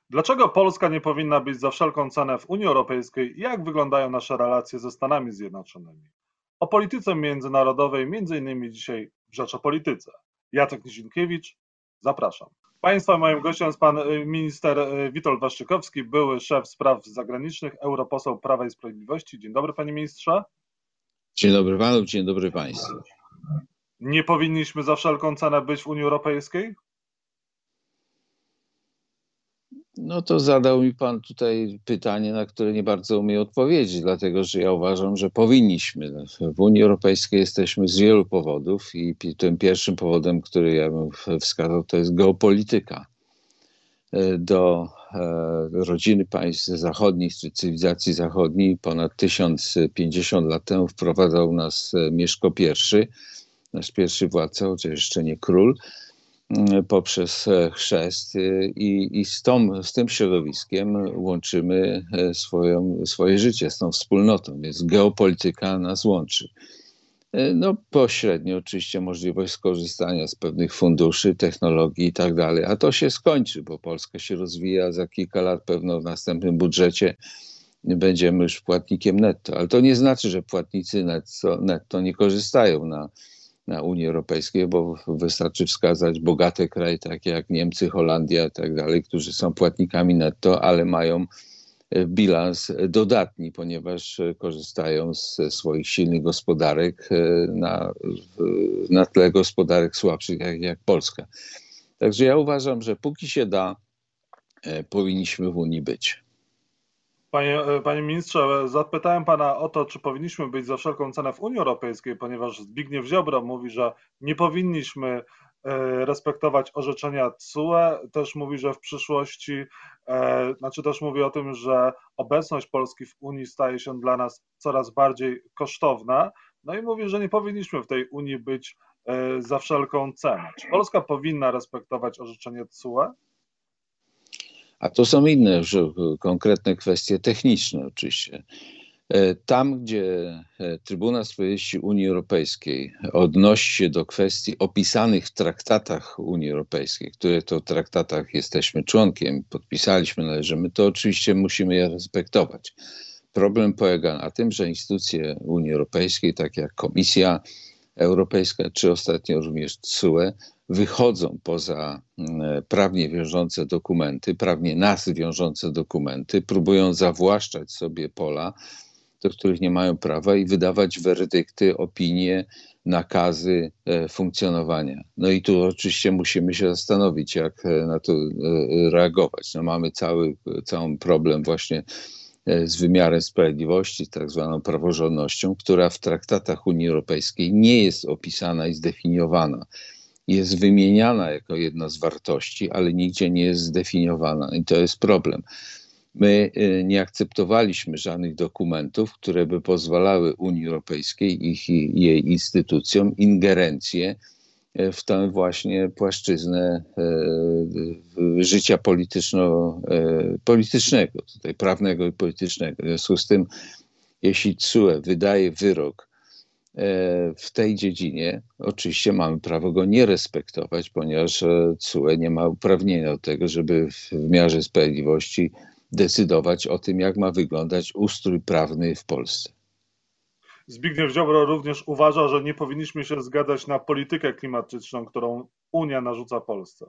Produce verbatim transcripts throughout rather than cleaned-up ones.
Dlaczego Polska nie powinna być za wszelką cenę w Unii Europejskiej i jak wyglądają nasze relacje ze Stanami Zjednoczonymi? O polityce międzynarodowej, między innymi dzisiaj w Rzeczopolityce. Jacek Nizinkiewicz, zapraszam. Państwa, moim gościem jest pan minister Witold Waszczykowski, były szef spraw zagranicznych, europoseł Prawa i Sprawiedliwości. Dzień dobry, panie ministrze. Dzień dobry panu, dzień dobry państwu. Nie powinniśmy za wszelką cenę być w Unii Europejskiej? No to zadał mi pan tutaj pytanie, na które nie bardzo umiem odpowiedzieć, dlatego że ja uważam, że powinniśmy. W Unii Europejskiej jesteśmy z wielu powodów i tym pierwszym powodem, który ja bym wskazał, to jest geopolityka. Do rodziny państw zachodnich czy cywilizacji zachodniej ponad tysiąc pięćdziesiąt lat temu wprowadzał nas Mieszko I, nasz pierwszy władca, chociaż jeszcze nie król, poprzez chrzest i, i z, tą, z tym środowiskiem łączymy swoją, swoje życie, z tą wspólnotą, więc geopolityka nas łączy. No pośrednio oczywiście możliwość skorzystania z pewnych funduszy, technologii i tak dalej, a to się skończy, bo Polska się rozwija, za kilka lat pewno w następnym budżecie będziemy już płatnikiem netto, ale to nie znaczy, że płatnicy netto, netto nie korzystają na na Unii Europejskiej, bo wystarczy wskazać bogate kraje takie jak Niemcy, Holandia i tak dalej, którzy są płatnikami netto, ale mają bilans dodatni, ponieważ korzystają ze swoich silnych gospodarek na, na tle gospodarek słabszych jak, jak Polska. Także ja uważam, że póki się da, powinniśmy w Unii być. Panie, panie ministrze, zapytałem pana o to, czy powinniśmy być za wszelką cenę w Unii Europejskiej, ponieważ Zbigniew Ziobro mówi, że nie powinniśmy respektować orzeczenia T S U E. Też mówi, że w przyszłości, znaczy też mówi o tym, że obecność Polski w Unii staje się dla nas coraz bardziej kosztowna. No i mówi, że nie powinniśmy w tej Unii być za wszelką cenę. Czy Polska powinna respektować orzeczenie T S U E? A to są inne już konkretne kwestie techniczne oczywiście. Tam, gdzie Trybunał Sprawiedliwości Unii Europejskiej odnosi się do kwestii opisanych w traktatach Unii Europejskiej, które to traktatach jesteśmy członkiem, podpisaliśmy, należymy, to oczywiście musimy je respektować. Problem polega na tym, że instytucje Unii Europejskiej, takie jak Komisja Europejska, czy ostatnio również T S U E, wychodzą poza prawnie wiążące dokumenty, prawnie nas wiążące dokumenty, próbują zawłaszczać sobie pola, do których nie mają prawa i wydawać werdykty, opinie, nakazy funkcjonowania. No i tu oczywiście musimy się zastanowić, jak na to reagować. No mamy cały, cały problem właśnie z wymiarem sprawiedliwości, tak zwaną praworządnością, która w traktatach Unii Europejskiej nie jest opisana i zdefiniowana. Jest wymieniana jako jedna z wartości, ale nigdzie nie jest zdefiniowana i to jest problem. My nie akceptowaliśmy żadnych dokumentów, które by pozwalały Unii Europejskiej i jej instytucjom ingerencję w tę właśnie płaszczyznę życia polityczno, politycznego, tutaj prawnego i politycznego. W związku z tym, jeśli T S U E wydaje wyrok w tej dziedzinie, oczywiście mamy prawo go nie respektować, ponieważ T S U E nie ma uprawnienia do tego, żeby w wymiarze sprawiedliwości decydować o tym, jak ma wyglądać ustrój prawny w Polsce. Zbigniew Ziobro również uważa, że nie powinniśmy się zgadzać na politykę klimatyczną, którą Unia narzuca Polsce.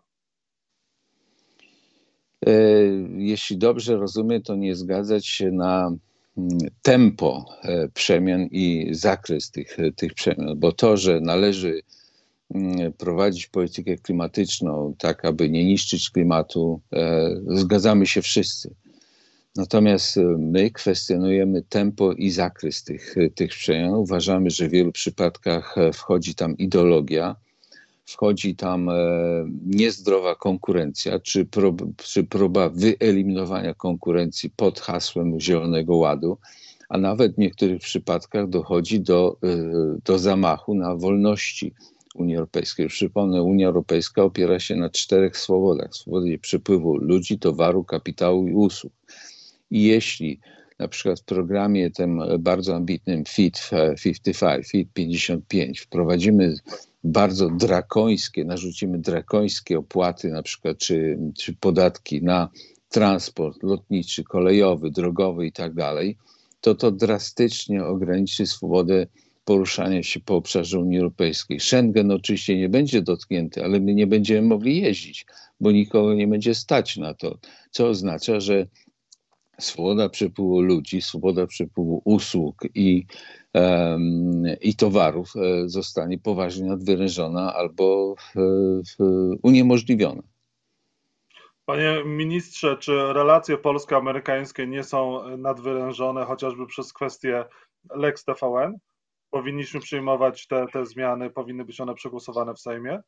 Jeśli dobrze rozumiem, to nie zgadzać się na tempo przemian i zakres tych, tych przemian, bo to, że należy prowadzić politykę klimatyczną tak, aby nie niszczyć klimatu, zgadzamy się wszyscy. Natomiast my kwestionujemy tempo i zakres tych, tych przemian. Uważamy, że w wielu przypadkach wchodzi tam ideologia, wchodzi tam niezdrowa konkurencja, czy, prób, czy próba wyeliminowania konkurencji pod hasłem Zielonego Ładu, a nawet w niektórych przypadkach dochodzi do, do zamachu na wolności Unii Europejskiej. Przypomnę, Unia Europejska opiera się na czterech swobodach. Swobodzie przepływu ludzi, towaru, kapitału i usług. I jeśli na przykład w programie tym bardzo ambitnym Fit pięćdziesiąt pięć, Fit pięćdziesiąt pięć wprowadzimy bardzo drakońskie, narzucimy drakońskie opłaty na przykład, czy, czy podatki na transport lotniczy, kolejowy, drogowy i tak dalej, to to drastycznie ograniczy swobodę poruszania się po obszarze Unii Europejskiej. Schengen oczywiście nie będzie dotknięty, ale my nie będziemy mogli jeździć, bo nikogo nie będzie stać na to, co oznacza, że swoboda przepływu ludzi, swoboda przepływu usług i, um, i towarów e, zostanie poważnie nadwyrężona albo e, e, uniemożliwiona. Panie ministrze, czy relacje polsko-amerykańskie nie są nadwyrężone chociażby przez kwestię Lex T V N? Powinniśmy przyjmować te, te zmiany, powinny być one przegłosowane w Sejmie?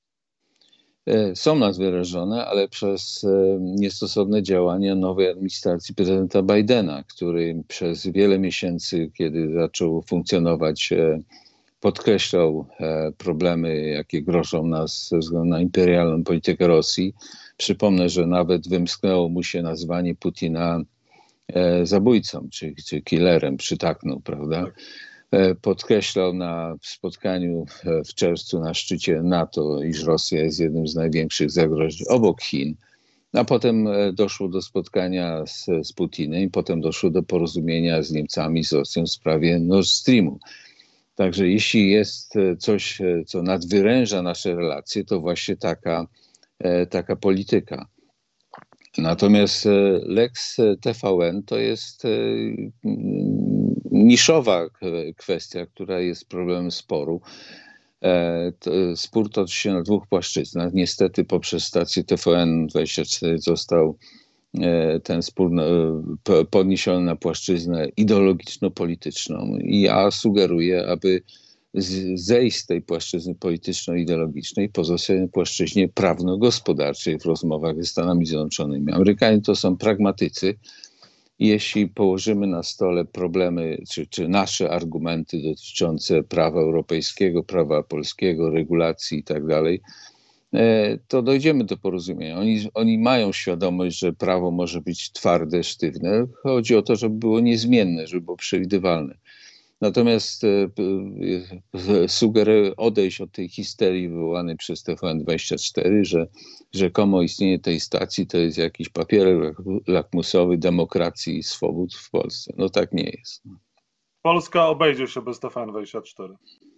Są nadwyrężone, ale przez niestosowne działania nowej administracji prezydenta Bidena, który przez wiele miesięcy, kiedy zaczął funkcjonować, podkreślał problemy, jakie grożą nas ze względu na imperialną politykę Rosji. Przypomnę, że nawet wymsknęło mu się nazwanie Putina zabójcą, czy, czy killerem, przytaknął, prawda? Tak. Podkreślał na spotkaniu w czerwcu na szczycie NATO, iż Rosja jest jednym z największych zagrożeń obok Chin. A potem doszło do spotkania z, z Putinem i potem doszło do porozumienia z Niemcami, z Rosją w sprawie Nord Streamu. Także jeśli jest coś, co nadwyręża nasze relacje, to właśnie taka, taka polityka. Natomiast Lex T V N to jest niszowa kwestia, która jest problemem sporu. Spór toczy się na dwóch płaszczyznach. Niestety poprzez stację T V N dwadzieścia cztery został ten spór podniesiony na płaszczyznę ideologiczno-polityczną i ja sugeruję, aby zejść z tej płaszczyzny polityczno-ideologicznej, pozostać na płaszczyźnie prawno-gospodarczej w rozmowach ze Stanami Zjednoczonymi. Amerykanie to są pragmatycy. Jeśli położymy na stole problemy, czy, czy nasze argumenty dotyczące prawa europejskiego, prawa polskiego, regulacji i tak dalej, to dojdziemy do porozumienia. Oni, oni mają świadomość, że prawo może być twarde, sztywne. Chodzi o to, żeby było niezmienne, żeby było przewidywalne. Natomiast sugeruję odejść od tej histerii wywołanej przez T V N dwadzieścia cztery, że rzekomo istnienie tej stacji to jest jakiś papierek lakmusowy demokracji i swobód w Polsce. No tak nie jest. Polska obejdzie się bez T V N dwadzieścia cztery.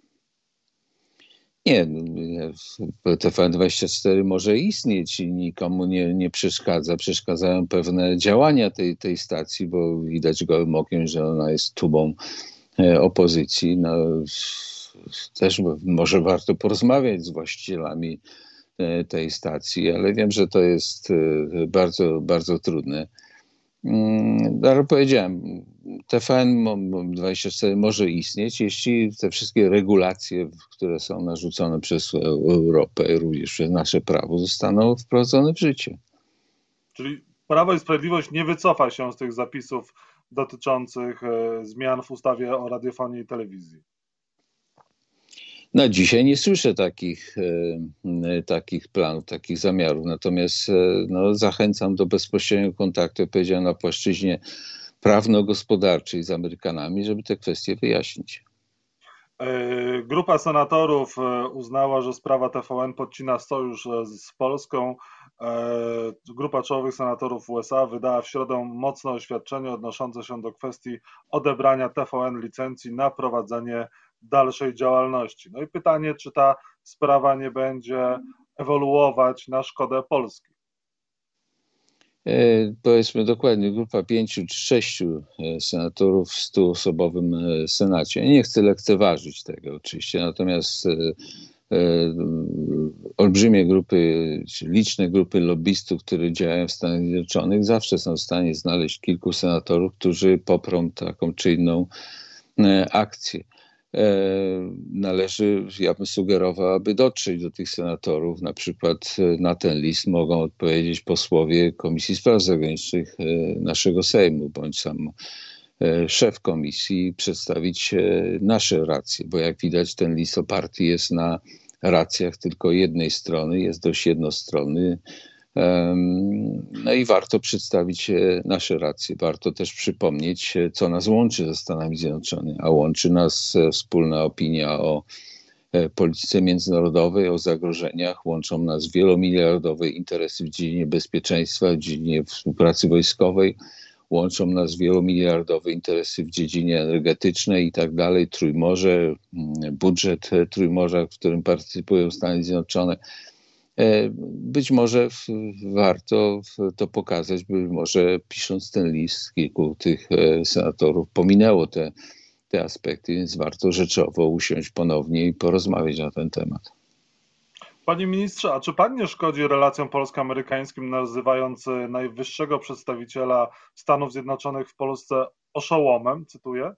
Nie, T V N dwadzieścia cztery może istnieć i nikomu nie, nie przeszkadza. Przeszkadzają pewne działania tej, tej stacji, bo widać gołym okiem, że ona jest tubą opozycji. No, też może warto porozmawiać z właścicielami tej stacji, ale wiem, że to jest bardzo, bardzo trudne. Ale powiedziałem, T V N dwadzieścia cztery może istnieć, jeśli te wszystkie regulacje, które są narzucone przez Europę, również przez nasze prawo, zostaną wprowadzone w życie. Czyli Prawo i Sprawiedliwość nie wycofa się z tych zapisów dotyczących zmian w ustawie o radiofonii i telewizji? No dzisiaj nie słyszę takich, e, takich planów, takich zamiarów, natomiast e, no, zachęcam do bezpośredniego kontaktu, jak powiedziałem, na płaszczyźnie prawno-gospodarczej z Amerykanami, żeby te kwestie wyjaśnić. Grupa senatorów uznała, że sprawa T V N podcina sojusz z Polską. Grupa czołowych senatorów U S A wydała w środę mocne oświadczenie odnoszące się do kwestii odebrania T V N licencji na prowadzenie dalszej działalności. No i pytanie, czy ta sprawa nie będzie ewoluować na szkodę Polski? E, powiedzmy dokładnie, grupa pięciu czy sześciu senatorów w stuosobowym Senacie. Nie chcę lekceważyć tego oczywiście, natomiast e, e, olbrzymie grupy, czy liczne grupy lobbystów, które działają w Stanach Zjednoczonych, zawsze są w stanie znaleźć kilku senatorów, którzy poprą taką czy inną e, akcję. Należy, ja bym sugerował, aby dotrzeć do tych senatorów. Na przykład na ten list mogą odpowiedzieć posłowie Komisji Spraw Zagranicznych naszego Sejmu, bądź sam szef komisji, przedstawić nasze racje, bo jak widać ten list oparty jest na racjach tylko jednej strony, jest dość jednostronny. No i warto przedstawić nasze racje. Warto też przypomnieć, co nas łączy ze Stanami Zjednoczonymi, a łączy nas wspólna opinia o polityce międzynarodowej, o zagrożeniach. Łączą nas wielomiliardowe interesy w dziedzinie bezpieczeństwa, w dziedzinie współpracy wojskowej. Łączą nas wielomiliardowe interesy w dziedzinie energetycznej i tak dalej. Trójmorze, budżet Trójmorza, w którym partycypują Stany Zjednoczone. Być może warto to pokazać, być może pisząc ten list, kilku tych senatorów pominęło te, te aspekty, więc warto rzeczowo usiąść ponownie i porozmawiać na ten temat. Panie ministrze, a czy pan nie szkodzi relacjom polsko-amerykańskim, nazywając najwyższego przedstawiciela Stanów Zjednoczonych w Polsce oszołomem, cytuję?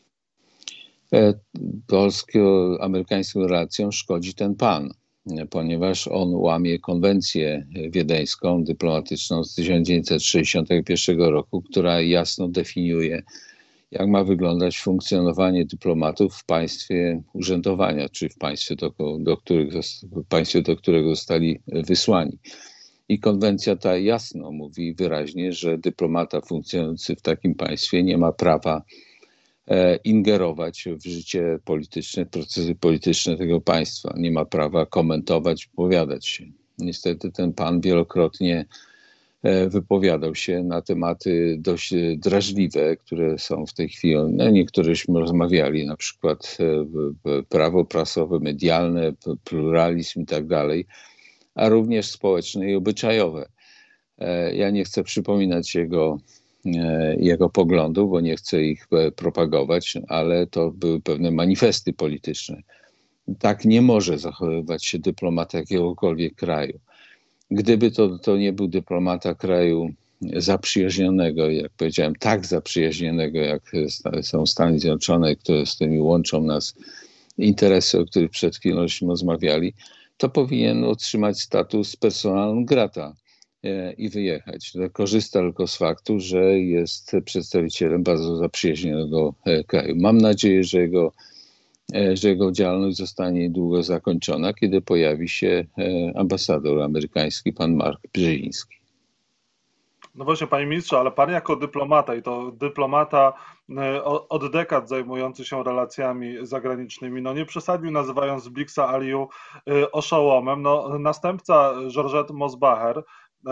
Polsko-amerykańskim relacjom szkodzi ten pan, ponieważ on łamie konwencję wiedeńską, dyplomatyczną z tysiąc dziewięćset sześćdziesiątego pierwszego roku, która jasno definiuje, jak ma wyglądać funkcjonowanie dyplomatów w państwie urzędowania, czy w państwie, do, do, których, w państwie, do którego zostali wysłani. I konwencja ta jasno mówi wyraźnie, że dyplomata funkcjonujący w takim państwie nie ma prawa e, ingerować w życie polityczne, procesy polityczne tego państwa. Nie ma prawa komentować, wypowiadać się. Niestety ten pan wielokrotnie wypowiadał się na tematy dość drażliwe, które są w tej chwili, no niektóreśmy rozmawiali, na przykład prawo prasowe, medialne, pluralizm i tak dalej, a również społeczne i obyczajowe. Ja nie chcę przypominać jego, jego poglądów, bo nie chcę ich propagować, ale to były pewne manifesty polityczne. Tak nie może zachowywać się dyplomata jakiegokolwiek kraju. Gdyby to, to nie był dyplomata kraju zaprzyjaźnionego, jak powiedziałem, tak zaprzyjaźnionego, jak są Stany Zjednoczone, które z tymi łączą nas interesy, o których przed chwilą rozmawiali, to powinien otrzymać status persona non grata i wyjechać. Korzysta tylko z faktu, że jest przedstawicielem bardzo zaprzyjaźnionego kraju. Mam nadzieję, że jego że jego działalność zostanie niedługo zakończona, kiedy pojawi się ambasador amerykański, pan Mark Brzeziński. No właśnie, panie ministrze, ale pan jako dyplomata i to dyplomata od dekad zajmujący się relacjami zagranicznymi, no nie przesadził, nazywając Blixa Aliu oszołomem. No, następca Georgette Mosbacher,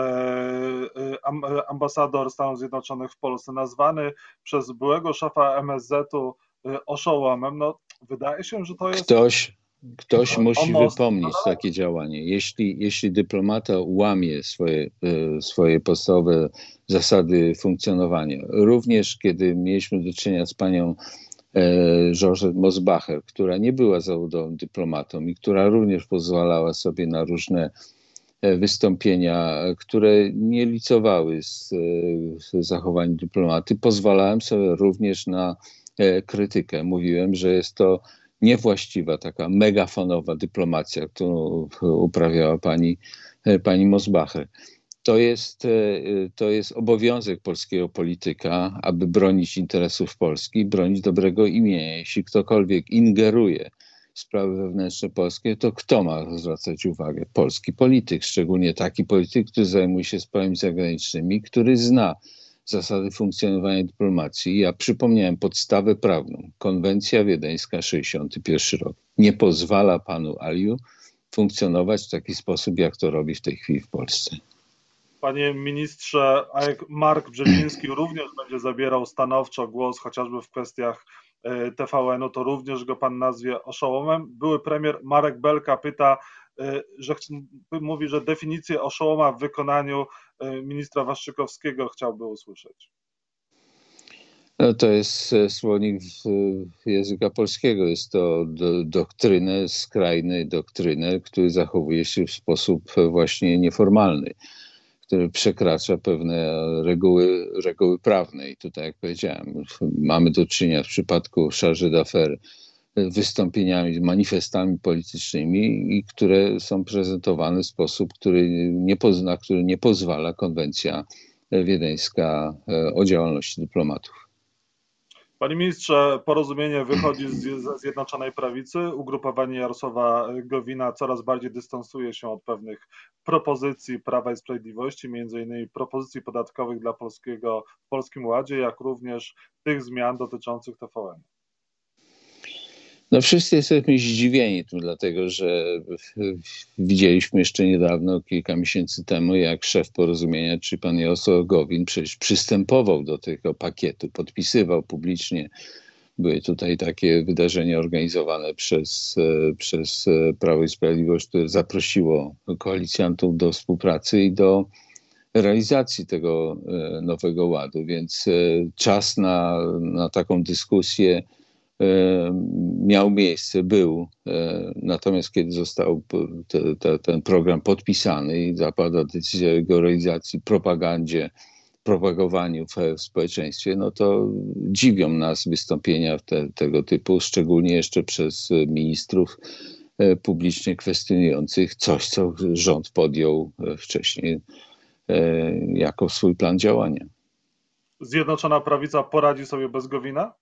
ambasador Stanów Zjednoczonych w Polsce, nazwany przez byłego szefa M S Z-u oszołomem, no wydaje się, że to jest... Ktoś, ktoś musi most, wypomnieć no? takie działanie. Jeśli, jeśli dyplomata łamie swoje, swoje podstawowe zasady funkcjonowania, również kiedy mieliśmy do czynienia z panią Georgette Mosbacher, która nie była zawodowym dyplomatą i która również pozwalała sobie na różne wystąpienia, które nie licowały z, z zachowaniem dyplomaty, pozwalałem sobie również na krytykę. Mówiłem, że jest to niewłaściwa taka megafonowa dyplomacja, którą uprawiała pani, pani Mosbacher. To jest, to jest obowiązek polskiego polityka, aby bronić interesów Polski, bronić dobrego imienia. Jeśli ktokolwiek ingeruje w sprawy wewnętrzne polskie, to kto ma zwracać uwagę? Polski polityk, szczególnie taki polityk, który zajmuje się sprawami zagranicznymi, który zna zasady funkcjonowania dyplomacji. Ja przypomniałem podstawę prawną. Konwencja wiedeńska, sześćdziesiąty pierwszy rok. Nie pozwala panu Aliu funkcjonować w taki sposób, jak to robi w tej chwili w Polsce. Panie ministrze, a jak Mark Brzeziński również będzie zabierał stanowczo głos, chociażby w kwestiach T V N-u, to również go pan nazwie oszołomem. Były premier Marek Belka pyta, że mówi, że definicję oszołoma w wykonaniu ministra Waszczykowskiego chciałby usłyszeć. No to jest słownik języka polskiego. Jest to do, doktrynę, skrajny doktrynę, który zachowuje się w sposób właśnie nieformalny, który przekracza pewne reguły, reguły prawne. I tutaj, jak powiedziałem, mamy do czynienia w przypadku chargé d'affaires wystąpieniami, manifestami politycznymi, i które są prezentowane w sposób, który nie, pozna, który nie pozwala konwencja wiedeńska o działalności dyplomatów. Panie ministrze, porozumienie wychodzi ze Zjednoczonej Prawicy. Ugrupowanie Jarosława Gowina coraz bardziej dystansuje się od pewnych propozycji Prawa i Sprawiedliwości, między innymi propozycji podatkowych dla polskiego, w Polskim Ładzie, jak również tych zmian dotyczących T V N. No wszyscy jesteśmy zdziwieni tym, dlatego że widzieliśmy jeszcze niedawno, kilka miesięcy temu, jak szef Porozumienia, czy pan Jarosław Gowin, przecież przystępował do tego pakietu, podpisywał publicznie. Były tutaj takie wydarzenia organizowane przez, przez Prawo i Sprawiedliwość, które zaprosiło koalicjantów do współpracy i do realizacji tego nowego ładu, więc czas na, na taką dyskusję miał miejsce, był. Natomiast kiedy został te, te, ten program podpisany i zapadła decyzja o jego realizacji, propagandzie, propagowaniu w, w społeczeństwie, no to dziwią nas wystąpienia te, tego typu, szczególnie jeszcze przez ministrów publicznie kwestionujących coś, co rząd podjął wcześniej jako swój plan działania. Zjednoczona Prawica poradzi sobie bez Gowina?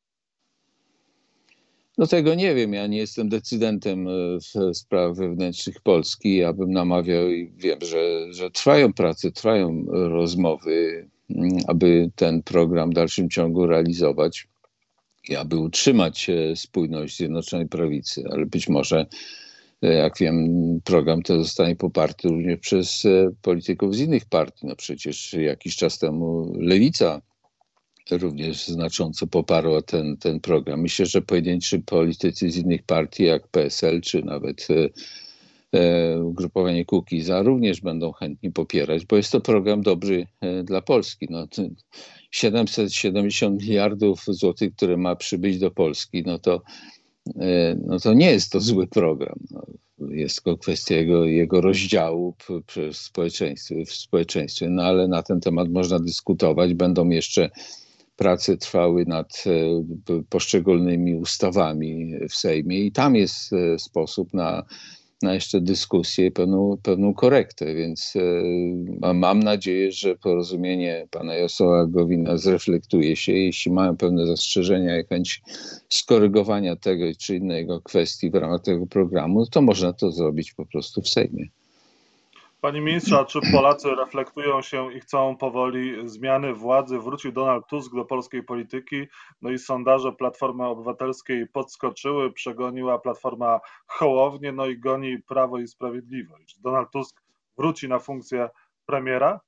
No tego nie wiem, ja nie jestem decydentem w sprawach wewnętrznych Polski. Ja bym namawiał i wiem, że, że trwają prace, trwają rozmowy, aby ten program w dalszym ciągu realizować i aby utrzymać spójność Zjednoczonej Prawicy, ale być może, jak wiem, program ten zostanie poparty również przez polityków z innych partii. No przecież jakiś czas temu Lewica również znacząco poparła ten, ten program. Myślę, że pojedynczy politycy z innych partii, jak P S L, czy nawet e, e, ugrupowanie Kukiza, również będą chętni popierać, bo jest to program dobry e, dla Polski. No, siedemset siedemdziesiąt miliardów złotych, które ma przybyć do Polski, no to, e, no to nie jest to zły program. No, jest tylko kwestia jego, jego rozdziału w społeczeństwie, w społeczeństwie, no ale na ten temat można dyskutować. Będą jeszcze prace trwały nad poszczególnymi ustawami w Sejmie i tam jest sposób na, na jeszcze dyskusję i pewną, pewną korektę, więc mam nadzieję, że Porozumienie pana Jarosława Gowina zreflektuje się. Jeśli mają pewne zastrzeżenia i chęć skorygowania tego czy innego kwestii w ramach tego programu, to można to zrobić po prostu w Sejmie. Panie ministrze, a czy Polacy reflektują się i chcą powoli zmiany władzy? Wrócił Donald Tusk do polskiej polityki, no i sondaże Platformy Obywatelskiej podskoczyły, przegoniła Platforma Hołownię, no i goni Prawo i Sprawiedliwość. Donald Tusk wróci na funkcję premiera?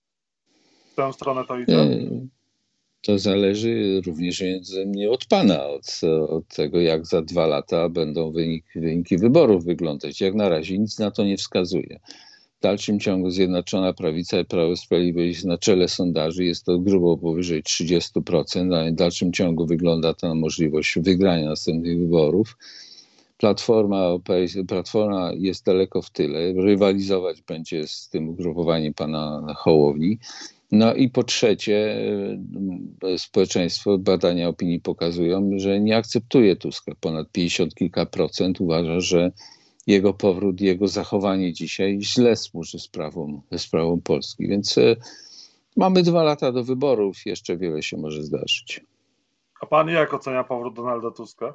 W tę stronę to idzie? To zależy również między mnie od pana, od, od tego, jak za dwa lata będą wyniki, wyniki wyborów wyglądać. Jak na razie nic na to nie wskazuje. W dalszym ciągu Zjednoczona Prawica i Prawo i Sprawiedliwość na czele sondaży, jest to grubo powyżej trzydzieści procent, a w dalszym ciągu wygląda to na możliwość wygrania następnych wyborów. Platforma, Platforma jest daleko w tyle, rywalizować będzie z tym ugrupowaniem pana Hołowni. No i po trzecie, społeczeństwo, badania opinii pokazują, że nie akceptuje Tuska. Ponad pięćdziesiąt kilka procent uważa, że jego powrót, jego zachowanie dzisiaj źle służy sprawom, sprawom Polski. Więc mamy dwa lata do wyborów, jeszcze wiele się może zdarzyć. A pan jak ocenia powrót Donalda Tuska?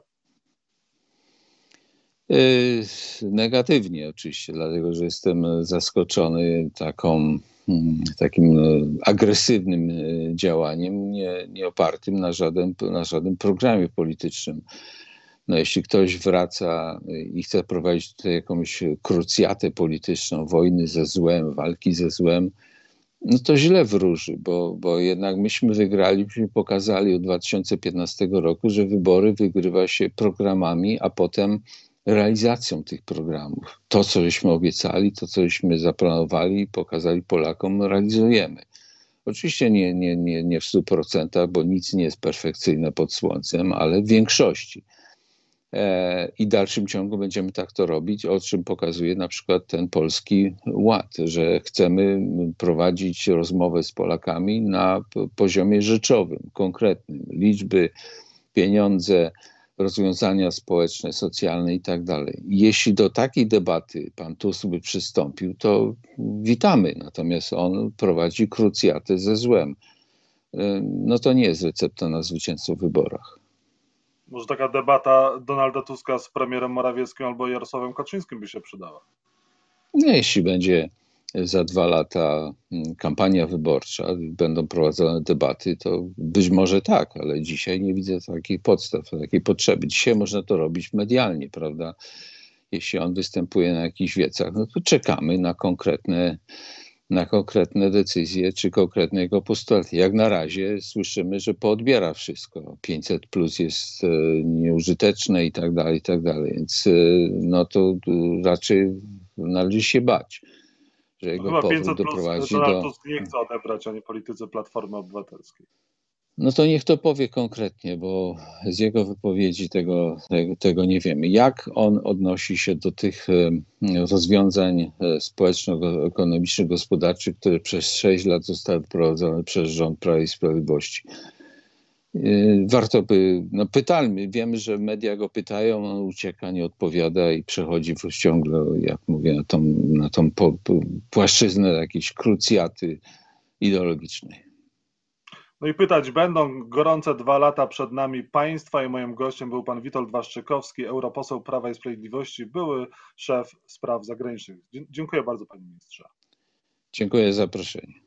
Yy, negatywnie oczywiście, dlatego że jestem zaskoczony taką, takim agresywnym działaniem, nie, nie opartym na żaden, na żadnym programie politycznym. No, jeśli ktoś wraca i chce prowadzić tutaj jakąś krucjatę polityczną, wojny ze złem, walki ze złem, no to źle wróży, bo, bo jednak myśmy wygrali, myśmy pokazali od dwa tysiące piętnastego roku, że wybory wygrywa się programami, a potem realizacją tych programów. To, co żeśmy obiecali, to, co żeśmy zaplanowali i pokazali Polakom, realizujemy. Oczywiście nie, nie, nie, nie w stu procentach, bo nic nie jest perfekcyjne pod słońcem, ale w większości. I w dalszym ciągu będziemy tak to robić, o czym pokazuje na przykład ten Polski Ład, że chcemy prowadzić rozmowę z Polakami na poziomie rzeczowym, konkretnym. Liczby, pieniądze, rozwiązania społeczne, socjalne i tak dalej. Jeśli do takiej debaty pan Tusk by przystąpił, to witamy. Natomiast on prowadzi krucjatę ze złem. No to nie jest recepta na zwycięstwo w wyborach. Może taka debata Donalda Tuska z premierem Morawieckim albo Jarosławem Kaczyńskim by się przydała? No, jeśli będzie za dwa lata kampania wyborcza, będą prowadzone debaty, to być może tak, ale dzisiaj nie widzę takich podstaw, takiej potrzeby. Dzisiaj można to robić medialnie, prawda? Jeśli on występuje na jakichś wiecach, no to czekamy na konkretne, na konkretne decyzje czy konkretne jego postulaty. Jak na razie słyszymy, że poodbiera wszystko. pięćset plus jest nieużyteczne i tak dalej, i tak dalej. Więc no to raczej należy się bać, że jego Chyba powrót pięćset plus doprowadzi Donald do... Tusk nie chce odebrać ani polityce Platformy Obywatelskiej. No to niech to powie konkretnie, bo z jego wypowiedzi tego, tego, tego nie wiemy. Jak on odnosi się do tych rozwiązań społeczno-ekonomicznych, gospodarczych, które przez sześć lat zostały wprowadzone przez rząd Prawa i Sprawiedliwości? Warto by, no pytajmy, wiemy, że media go pytają, on ucieka, nie odpowiada i przechodzi ciągle, jak mówię, na tą, na tą po, po, płaszczyznę jakiejś krucjaty ideologicznej. No i pytać będą, gorące dwa lata przed nami państwa i moim gościem był pan Witold Waszczykowski, europoseł Prawa i Sprawiedliwości, były szef spraw zagranicznych. Dziękuję bardzo, panie ministrze. Dziękuję za zaproszenie.